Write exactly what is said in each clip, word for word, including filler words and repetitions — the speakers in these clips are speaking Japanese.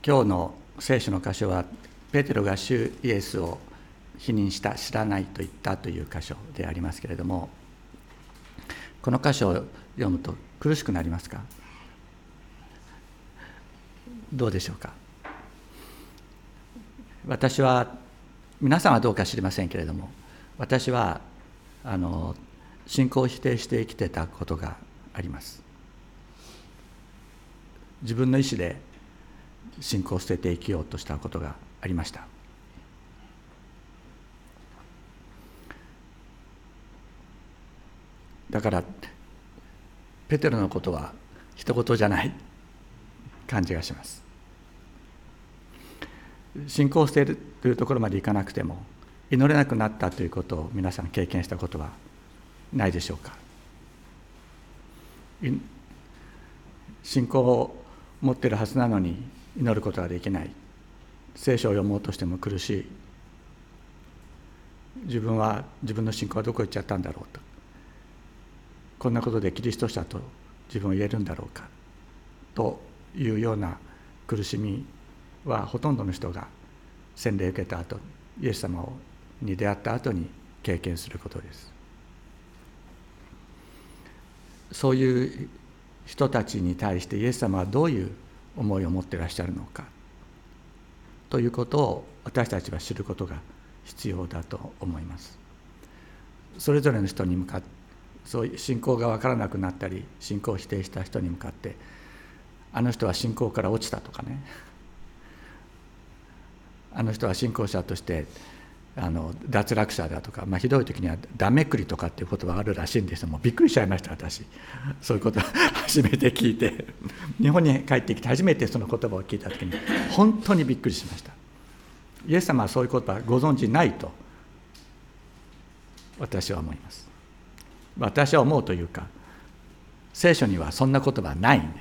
今日の聖書の箇所は、ペテロが主イエスを否認した、知らないと言ったという箇所でありますけれども、この箇所を読むと苦しくなりますか？どうでしょうか？私は、皆さんはどうか知りませんけれども、私はあの信仰を否定して生きてたことがあります。自分の意思で信仰を捨てて生きようとしたことがありました。だからペテロのことは一言じゃない感じがします。信仰を捨てるというところまでいかなくても、祈れなくなったということを皆さん経験したことはないでしょうか？信仰を持っているはずなのに祈ることができない、聖書を読もうとしても苦しい、自分は自分の信仰はどこ行っちゃったんだろうと、こんなことでキリスト者と自分を言えるんだろうかというような苦しみは、ほとんどの人が洗礼を受けた後、イエス様に出会った後に経験することです。そういう人たちに対してイエス様はどういう思いを持っていらっしゃるのかということを私たちは知ることが必要だと思います。それぞれの人に向かって、そういう信仰が分からなくなったり信仰を否定した人に向かって、あの人は信仰から落ちたとかね、あの人は信仰者としてあの脱落者だとか、まあ、ひどい時にはダメクリとかっていう言葉があるらしいんですよ。もうびっくりしちゃいました、私。そういうことを初めて聞いて、日本に帰ってきて初めてその言葉を聞いた時に本当にびっくりしました。イエス様はそういう言葉ご存じないと私は思います。私は思うというか、聖書にはそんな言葉はないんです。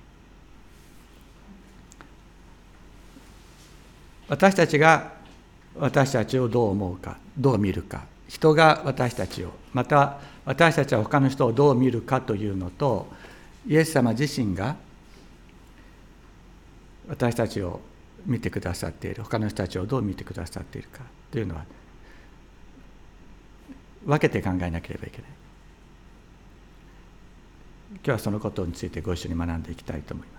私たちが私たちをどう思うか、どう見るか、人が私たちを、また私たちは他の人をどう見るかというのと、イエス様自身が私たちを見てくださっている、他の人たちをどう見てくださっているかというのは分けて考えなければいけない。今日はそのことについてご一緒に学んでいきたいと思います。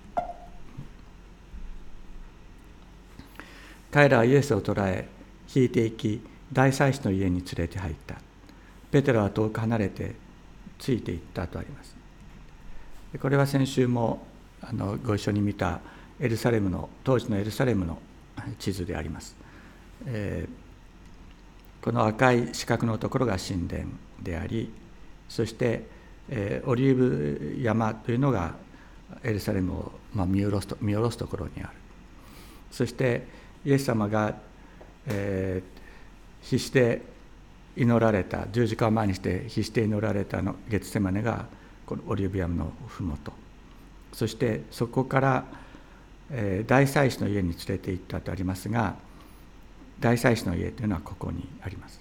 彼らはイエスを捕らえ、引いていき、大祭司の家に連れて入った。ペテロは遠く離れてついていったとあります。これは先週もあのご一緒に見たエルサレムの、当時のエルサレムの地図であります。えー、この赤い四角のところが神殿であり、そして、えー、オリーブ山というのがエルサレムを、まあ、見下ろすと、見下ろすところにある。そしてイエス様が、えー、必死で祈られた、十字架を前にして必死で祈られたのゲツセマネがこのオリーブ山のふもと、そしてそこから、えー、大祭司の家に連れて行ったとありますが、大祭司の家というのはここにあります。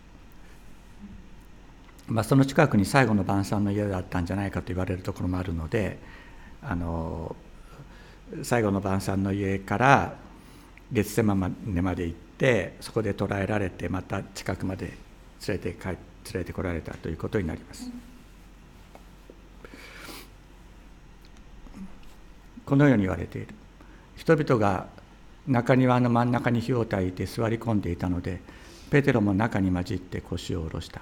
まあ、その近くに最後の晩餐の家だったんじゃないかと言われるところもあるので、あの最後の晩餐の家からゲツセマネまで行って、そこで捕らえられて、また近くまで連れて帰連れてこられたということになります。このように言われている。人々が中庭の真ん中に火を焚いて座り込んでいたので、ペテロも中に混じって腰を下ろした。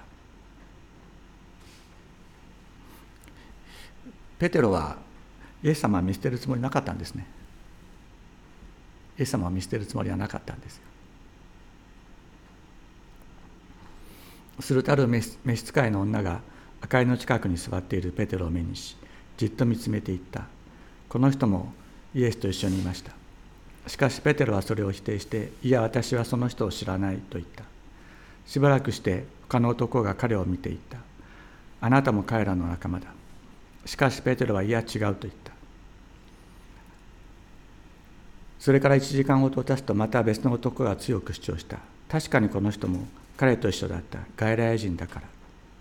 ペテロはイエス様を見捨てるつもりなかったんですね。イエス様を見捨てるつもりはなかったんですよ。するとある召使いの女が明かりの近くに座っているペテロを目にし、じっと見つめていった。この人もイエスと一緒にいました。しかしペテロはそれを否定して、いや、私はその人を知らないと言った。しばらくして他の男が彼を見ていった。あなたも彼らの仲間だ。しかしペテロは、いや、違うと言った。それからいちじかんほど経つと、また別の男が強く主張した。確かにこの人も彼と一緒だった。ガリラヤ人だから。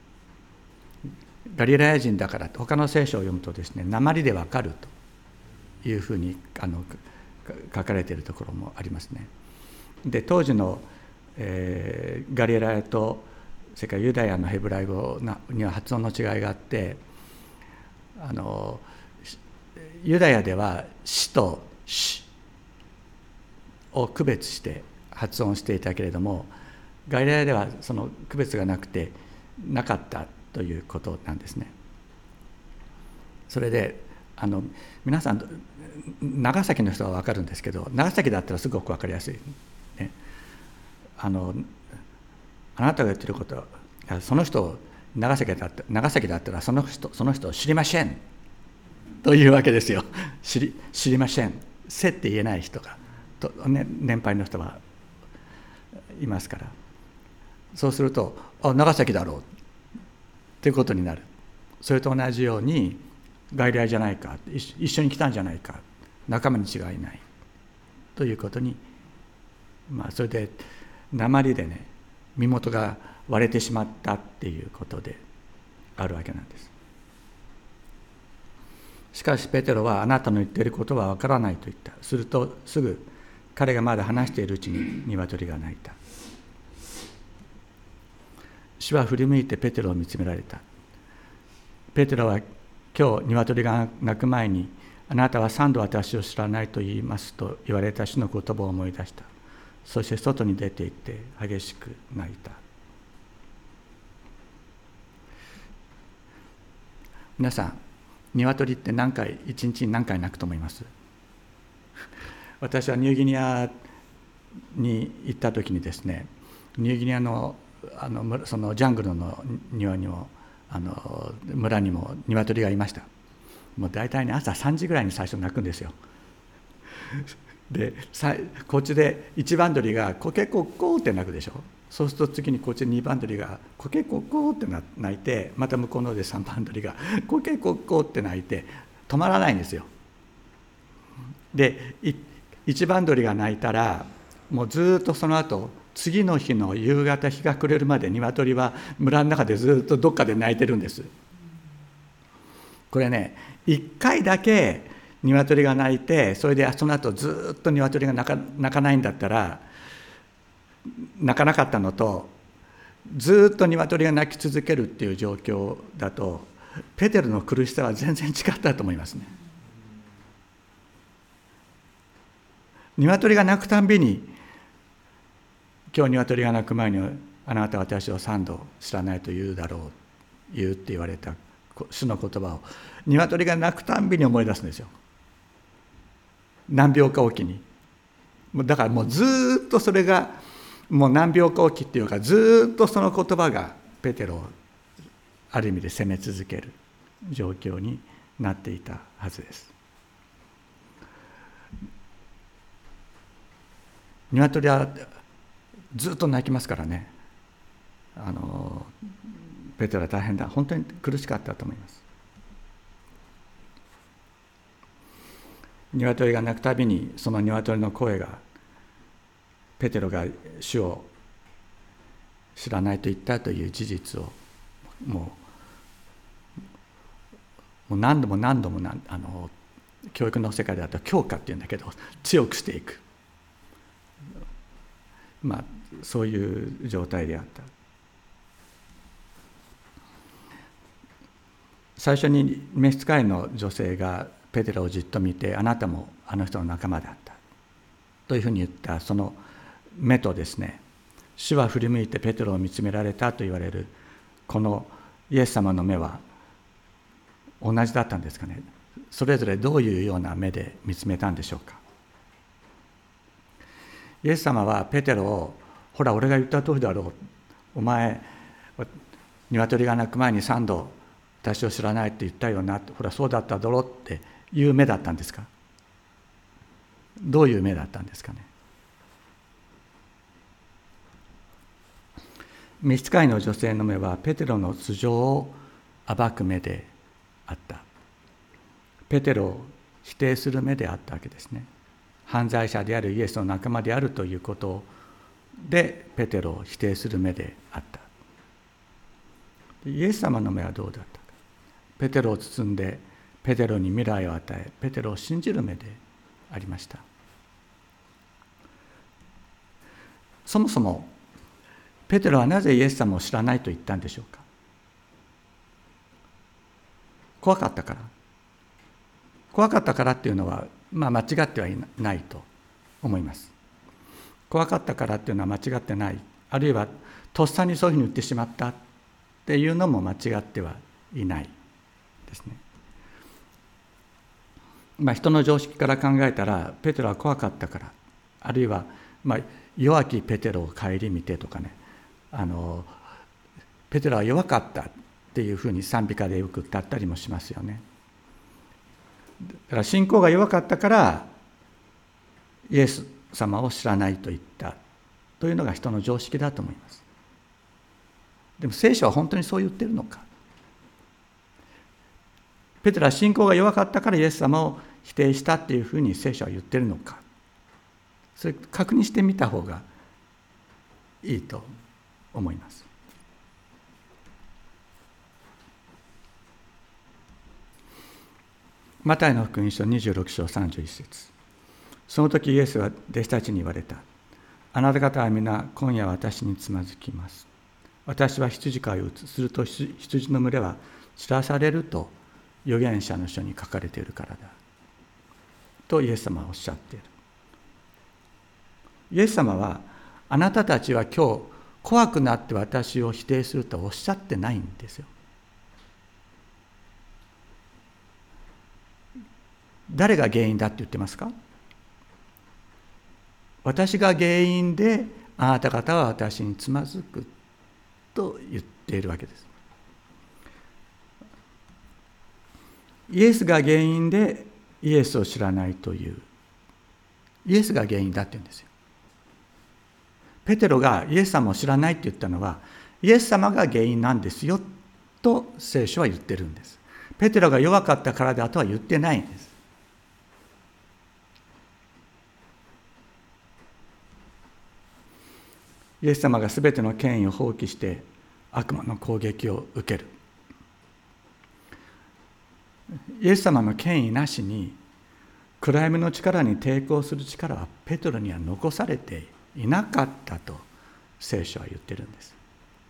ガリラヤ人だからと、他の聖書を読むとですね、訛りでわかるというふうにあの書かれているところもありますね。で当時の、えー、ガリラヤとそれからユダヤのヘブライ語には発音の違いがあって、あのユダヤでは死と死を区別して発音していたけれども、ガリラヤではその区別がなくてなかったということなんですね。それであの皆さん長崎の人は分かるんですけど、長崎だったらすごく分かりやすい、ね、あのあなたが言ってることはその人長崎だった長崎だったらその人その人を知りませんというわけですよ。知り知りません、せって言えない人がと、ね、年配の人はいますから、そうするとあ長崎だろうということになる。それと同じように外来じゃないか、一緒に来たんじゃないか、仲間に違いないということに、まあそれで鉛でね身元が割れてしまったっていうことであるわけなんです。しかしペテロはあなたの言っていることはわからないと言った。するとすぐ彼がまだ話しているうちに鶏が鳴いた。主は振り向いてペテロを見つめられた。ペテロは今日鶏が鳴く前にあなたは三度私を知らないと言いますと言われた主の言葉を思い出した。そして外に出て行って激しく泣いた。皆さん、鶏って何回一日に何回鳴くと思います？私はニューギニアに行った時にですね、ニューギニアのあのそのジャングルの庭にもあの村にも鶏がいました。もう大体ね朝さんじぐらいに最初鳴くんですよ。でこっちで一番鳥がコケコッコーって鳴くでしょ。そうすると次にこっちで二番鳥がコケコッコーって鳴いて、また向こうので三番鳥がコケコッコーって鳴いて止まらないんですよ。で一番鳥が鳴いたらもうずっとその後次の日の夕方日が暮れるまで鶏は村の中でずっとどっかで鳴いてるんです。これねいっかいだけ鶏が鳴いて、それでその後ずっと鶏が鳴か、鳴かないんだったら鳴かなかったのと、ずっと鶏が鳴き続けるっていう状況だとペテロの苦しさは全然違ったと思いますね。鶏が鳴くたんびに今日鶏が鳴く前にあなたは私を三度知らないと言うだろう言うって言われた主の言葉を鶏が鳴くたんびに思い出すんですよ。何秒かおきに。だからもうずっとそれがもう何秒かおきっていうか、ずっとその言葉がペテロをある意味で責め続ける状況になっていたはずです。鶏はずっと鳴きますからね。あのペテロは大変だ、本当に苦しかったと思います。鶏が鳴くたびにその鶏の声がペテロが主を知らないと言ったという事実をもう、もう何度も何度もなあの教育の世界だと強化っていうんだけど強くしていく、まあそういう状態であった。最初に召使いの女性がペテロをじっと見て、あなたもあの人の仲間だったというふうに言ったその目とですね、主は振り向いてペテロを見つめられたと言われるこのイエス様の目は同じだったんですかね。それぞれどういうような目で見つめたんでしょうか。イエス様はペテロを、ほら俺が言った通りだろう、お前鶏が鳴く前に三度私を知らないって言ったよな、ほらそうだっただろうっていう目だったんですか。どういう目だったんですかね。召使いの女性の目はペテロの素性を暴く目であった。ペテロを否定する目であったわけですね。犯罪者であるイエスの仲間であるということでペテロを否定する目であった。イエス様の目はどうだったか。ペテロを包んでペテロに未来を与え、ペテロを信じる目でありました。 そもそもペテロはなぜイエス様を知らないと言ったんでしょうか。怖かったから。怖かったからっていうのは、まあ、間違ってはいないと思います。怖かったからっていうのは間違ってない。あるいはとっさにそういうふうに言ってしまったっていうのも間違ってはいないですね。まあ、人の常識から考えたらペテロは怖かったから、あるいは、まあ、弱きペテロを顧みてとかね、あのペテロは弱かったっていうふうに賛美歌でよく歌ったりもしますよね。だから信仰が弱かったからイエス様を知らないと言ったというのが人の常識だと思います。でも聖書は本当にそう言ってるのか。ペテロは信仰が弱かったからイエス様を否定したっていうふうに聖書は言ってるのか。それ確認してみた方がいいと思います。マタイの福音書にじゅうろく章さんじゅういち節。その時イエスは弟子たちに言われた。あなた方は皆今夜私につまずきます。私は羊飼いを打つ。すると羊の群れは散らされると預言者の書に書かれているからだ。とイエス様はおっしゃっている。イエス様はあなたたちは今日怖くなって私を否定するとおっしゃってないんですよ。誰が原因だって言ってますか？私が原因であなた方は私につまずくと言っているわけです。イエスが原因でイエスを知らないという、イエスが原因だって言うんですよ。ペテロがイエス様を知らないって言ったのはイエス様が原因なんですよと聖書は言ってるんです。ペテロが弱かったからだとは言ってないんです。イエス様がすべての権威を放棄して悪魔の攻撃を受ける。イエス様の権威なしに暗闇の力に抵抗する力はペテロには残されていなかったと聖書は言ってるんです。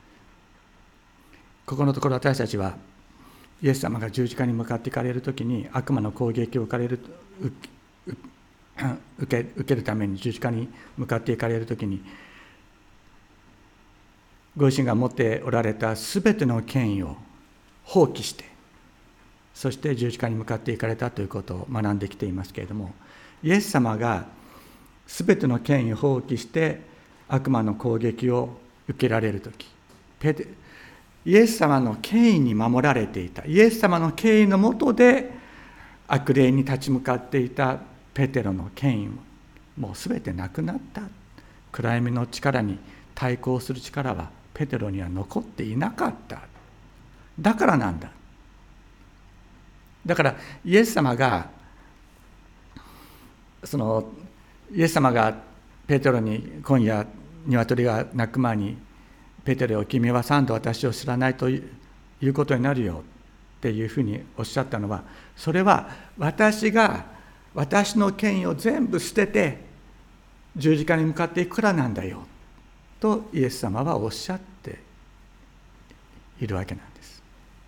ここのところ私たちはイエス様が十字架に向かっていかれるときに悪魔の攻撃を受ける受け、受けるために十字架に向かっていかれるときにご自身が持っておられたすべての権威を放棄してそして十字架に向かっていかれたということを学んできていますけれども、イエス様がすべての権威を放棄して悪魔の攻撃を受けられるとき、イエス様の権威に守られていた、イエス様の権威の下で悪霊に立ち向かっていたペテロの権威ももうすべてなくなった。暗闇の力に対抗する力はペテロには残っていなかった。だからなんだ。だからイエス様がそのイエス様がペテロに今夜鶏が鳴く前にペテロよ君は三度私を知らないということになるよっていうふうにおっしゃったのは、それは私が私の権威を全部捨てて十字架に向かっていくからなんだよとイエス様はおっしゃっているわけなんです。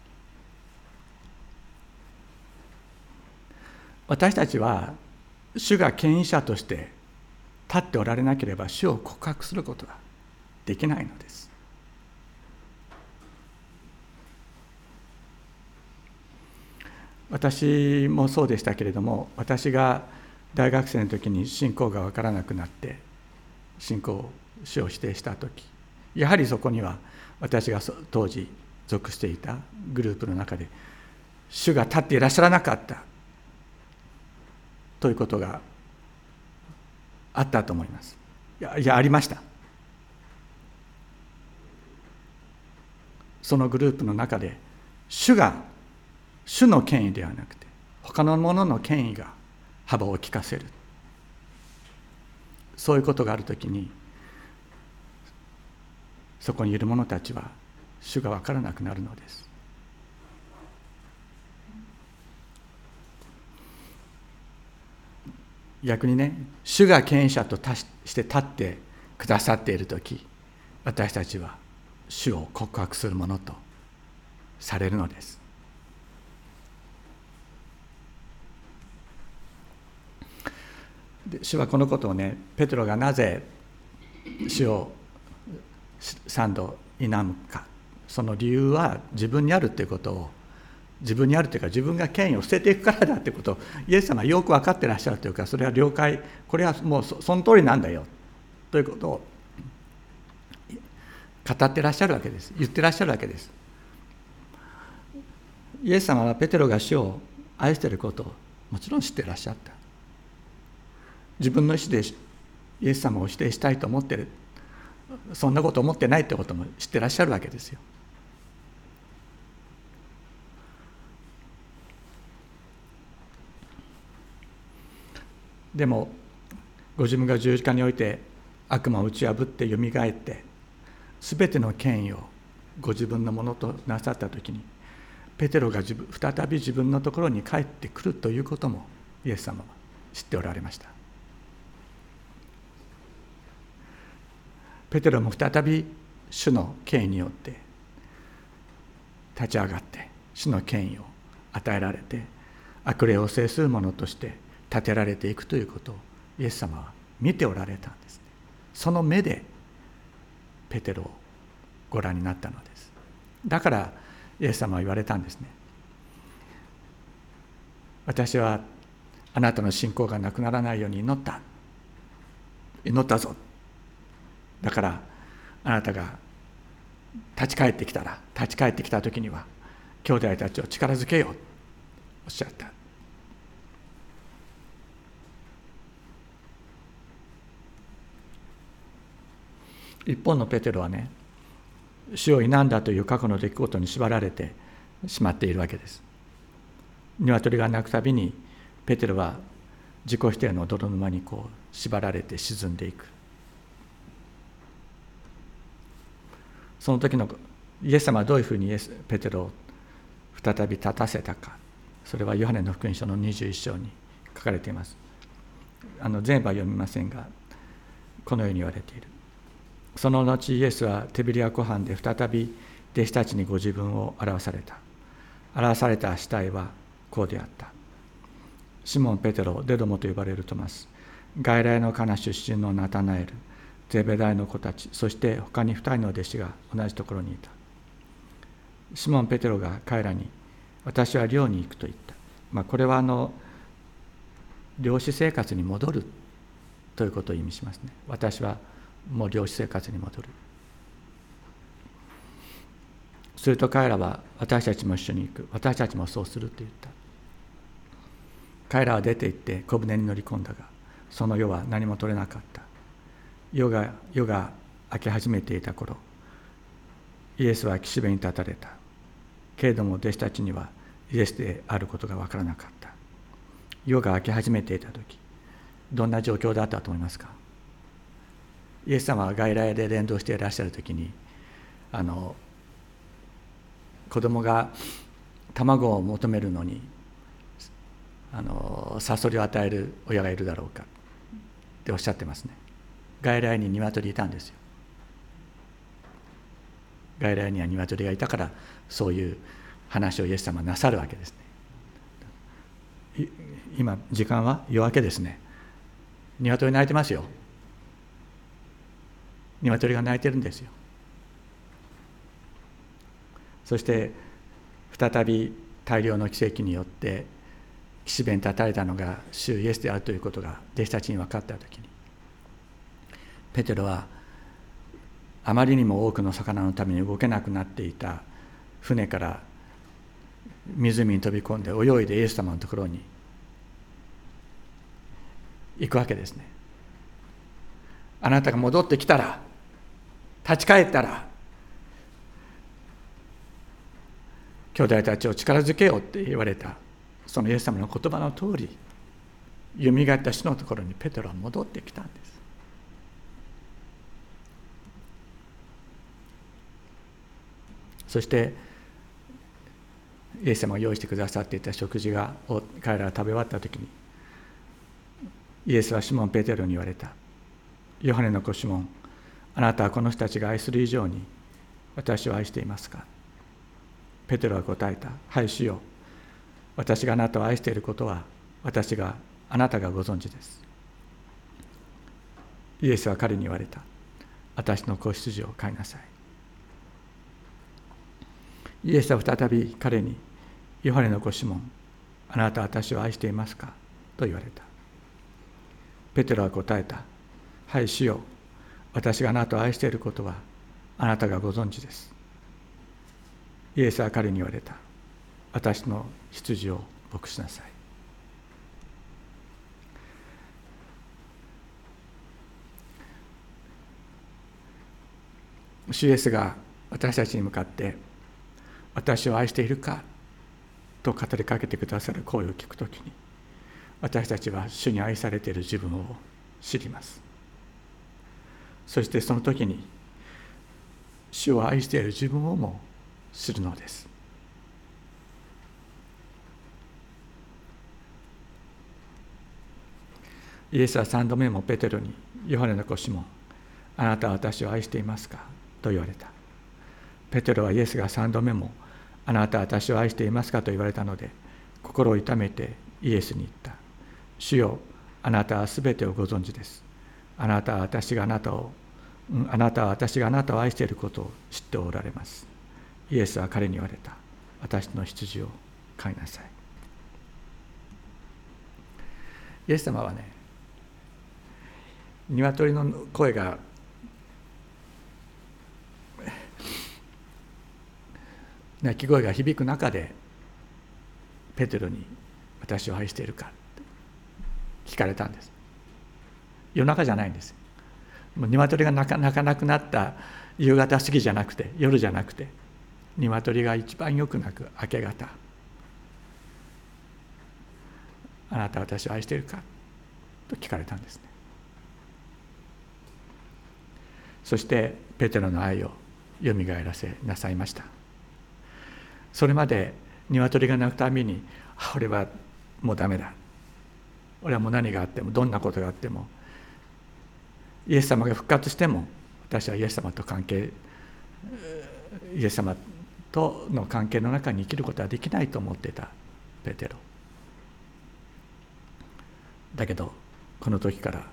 私たちは主が権威者として立っておられなければ主を告白することができないのです。私もそうでしたけれども、私が大学生の時に信仰が分からなくなって信仰主を否定した時、やはりそこには私が当時属していたグループの中で主が立っていらっしゃらなかったということがあったと思います。いや、いやありました。そのグループの中で主が主の権威ではなくて他の者の権威が幅を利かせる、そういうことがあるときにそこにいる者たちは主が分からなくなるのです。逆にね、主が権威者として立ってくださっているとき、私たちは主を告白するものとされるのです。で主はこのことをね、ペテロがなぜ主を三度否むか、その理由は自分にあるということを、自分にあるというか、自分が権威を捨てていくからだということをイエス様はよく分かってらっしゃるというか、それは了解、これはもう そ, その通りなんだよということを語ってらっしゃるわけです。言ってらっしゃるわけです。イエス様はペテロが主を愛していることをもちろん知ってらっしゃった。自分の意思でイエス様を否定したいと思っている、そんなこと思ってないってことも知ってらっしゃるわけですよ。でもご自分が十字架において悪魔を打ち破ってよみがえって、すべての権威をご自分のものとなさったときに、ペテロが自分再び自分のところに帰ってくるということもイエス様は知っておられました。ペテロも再び主の権威によって立ち上がって、主の権威を与えられて、悪霊を制する者として立てられていくということをイエス様は見ておられたんですね。その目でペテロをご覧になったのです。だからイエス様は言われたんですね。私はあなたの信仰がなくならないように祈った。祈ったぞ。だからあなたが立ち返ってきたら、立ち返ってきた時には兄弟たちを力づけようとおっしゃった。一方のペテロはね、主を否んだという過去の出来事に縛られてしまっているわけです。鶏が鳴くたびにペテロは自己否定の泥沼にこう縛られて沈んでいく。その時のイエス様はどういうふうにイエスペテロを再び立たせたか、それはヨハネの福音書のにじゅういっ章に書かれています。あの全部は読みませんが、このように言われている。その後イエスはテビリア湖畔で再び弟子たちにご自分を表された。表された主体はこうであった。シモン・ペテロ、デドモと呼ばれるトマス、外来のカナ出身のナタナエル、ゼベダイの子たち、そして他に二人の弟子が同じところにいた。シモン・ペテロが彼らに、私は漁に行くと言った。まあ、これはあの漁師生活に戻るということを意味しますね。私はもう漁師生活に戻る。すると彼らは、私たちも一緒に行く、私たちもそうすると言った。彼らは出て行って小舟に乗り込んだが、その夜は何も取れなかった。夜が夜が明け始めていた頃、イエスは岸辺に立たれた。けれども弟子たちにはイエスであることが分からなかった。夜が明け始めていた時、どんな状況だったと思いますか？イエス様は外来で伝道していらっしゃる時に、あの子供が卵を求めるのにあのサソリを与える親がいるだろうかっておっしゃってますね。外来に鶏いたんですよ。外来には鶏がいたから、そういう話をイエス様はなさるわけですね。今時間は夜明けですね。鶏鳴いてますよ。鶏が鳴いてるんですよ。そして再び大量の奇跡によって岸辺に立たれたのが主イエスであるということが弟子たちに分かったときに、ペテロはあまりにも多くの魚のために動けなくなっていた船から湖に飛び込んで泳いでイエス様のところに行くわけですね。あなたが戻ってきたら、立ち返ったら、兄弟たちを力づけようって言われた、そのイエス様の言葉の通り、よみがえった主のところにペテロは戻ってきたんです。そしてイエス様が用意してくださっていた食事がを彼らが食べ終わったときに、イエスはシモン・ペテロに言われた。ヨハネの子シモン、 あなたはこの人たちが愛する以上に私を愛していますか？ペテロは答えた。はい、主よ。私があなたを愛していることは私があなたがご存知です。イエスは彼に言われた。私の子羊を飼いなさい。イエスは再び彼に、ヨハネの子シモン、あなたは私を愛していますかと言われた。ペテロは答えた。はい、主よ。私があなたを愛していることはあなたがご存知です。イエスは彼に言われた。私の羊を牧しなさい。主イエスが私たちに向かって私を愛しているかと語りかけてくださる声を聞くときに、私たちは主に愛されている自分を知ります。そしてその時に主を愛している自分をも知るのです。イエスは三度目もペテロに、ヨハネの子シモン、あなたは私を愛していますかと言われた。ペテロはイエスが三度目もあなたは私を愛していますかと言われたので、心を痛めてイエスに言った。主よ、あなたはすべてをご存知です。あなたは私があなたを、あなたは私があなたを愛していることを知っておられます。イエスは彼に言われた。私の羊を飼いなさい。イエス様はね、鶏の声が鳴き声が響く中でペテロに私を愛しているか聞かれたんです。夜中じゃないんです。もう鶏が鳴か鳴かなくなった夕方過ぎじゃなくて、夜じゃなくて、鶏が一番よく鳴く明け方、あなたは私を愛しているかと聞かれたんですね。そしてペテロの愛をよみがえらせなさいました。それまで鶏が鳴くたびに、俺はもうダメだ、俺はもう何があってもどんなことがあっても、イエス様が復活しても私はイエス様と関係イエス様との関係の中に生きることはできないと思っていたペテロだけど、この時から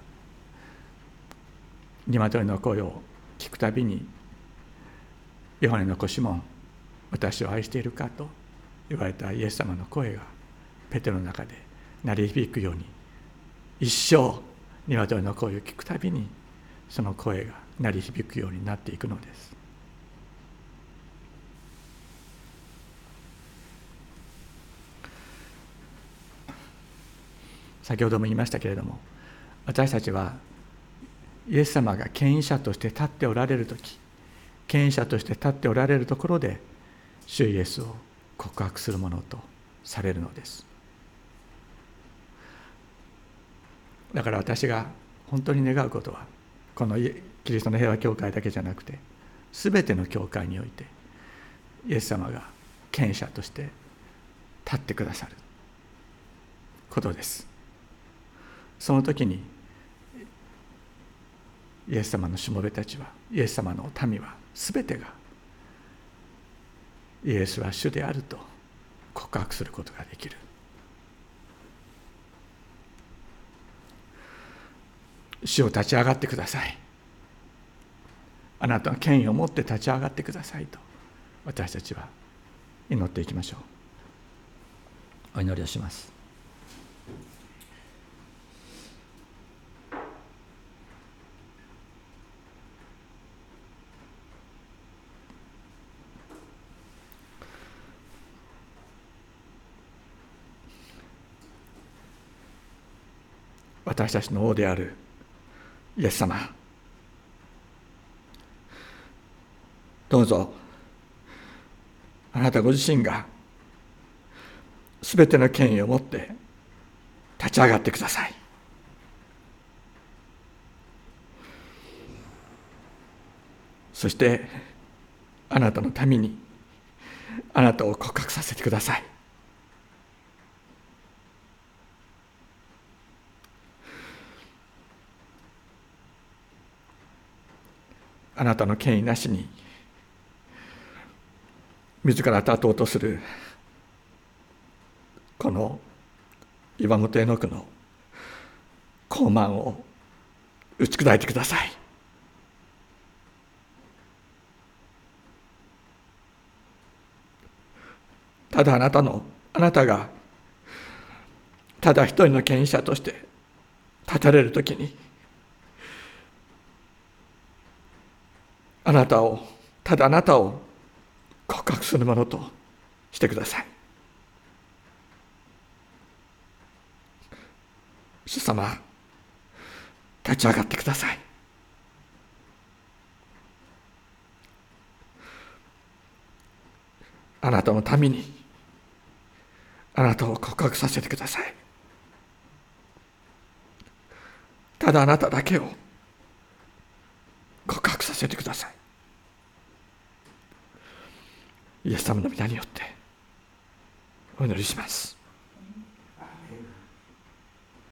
鶏の声を聞くたびに、ヨハネの子シモン、私を愛しているかと言われたイエス様の声がペテロの中で鳴り響くように、一生鶏の声を聞くたびにその声が鳴り響くようになっていくのです。先ほども言いましたけれども、私たちはイエス様が権威者として立っておられるとき、権威者として立っておられるところで主イエスを告白するものとされるのです。だから私が本当に願うことは、このキリストの平和教会だけじゃなくて、すべての教会においてイエス様が権威者として立ってくださることです。その時にイエス様のしもべたちは、イエス様の民はすべてがイエスは主であると告白することができる。主を立ち上がってください、あなたの権威を持って立ち上がってくださいと私たちは祈っていきましょう。お祈りをします。私たちの王であるイエス様、どうぞあなたご自身がすべての権威を持って立ち上がってください。そしてあなたの民にあなたを告白させてください。 あなたの権威なしに自ら立とうとするこの岩本絵の句の傲慢を打ち砕いてください。ただあなたのあなたがただ一人の権威者として立たれるときに、あなたをただあなたを告白するものとしてください。主様、立ち上がってください。あなたのためにあなたを告白させてください。ただあなただけを告白させてください。イエス様の皆によってお祈りします。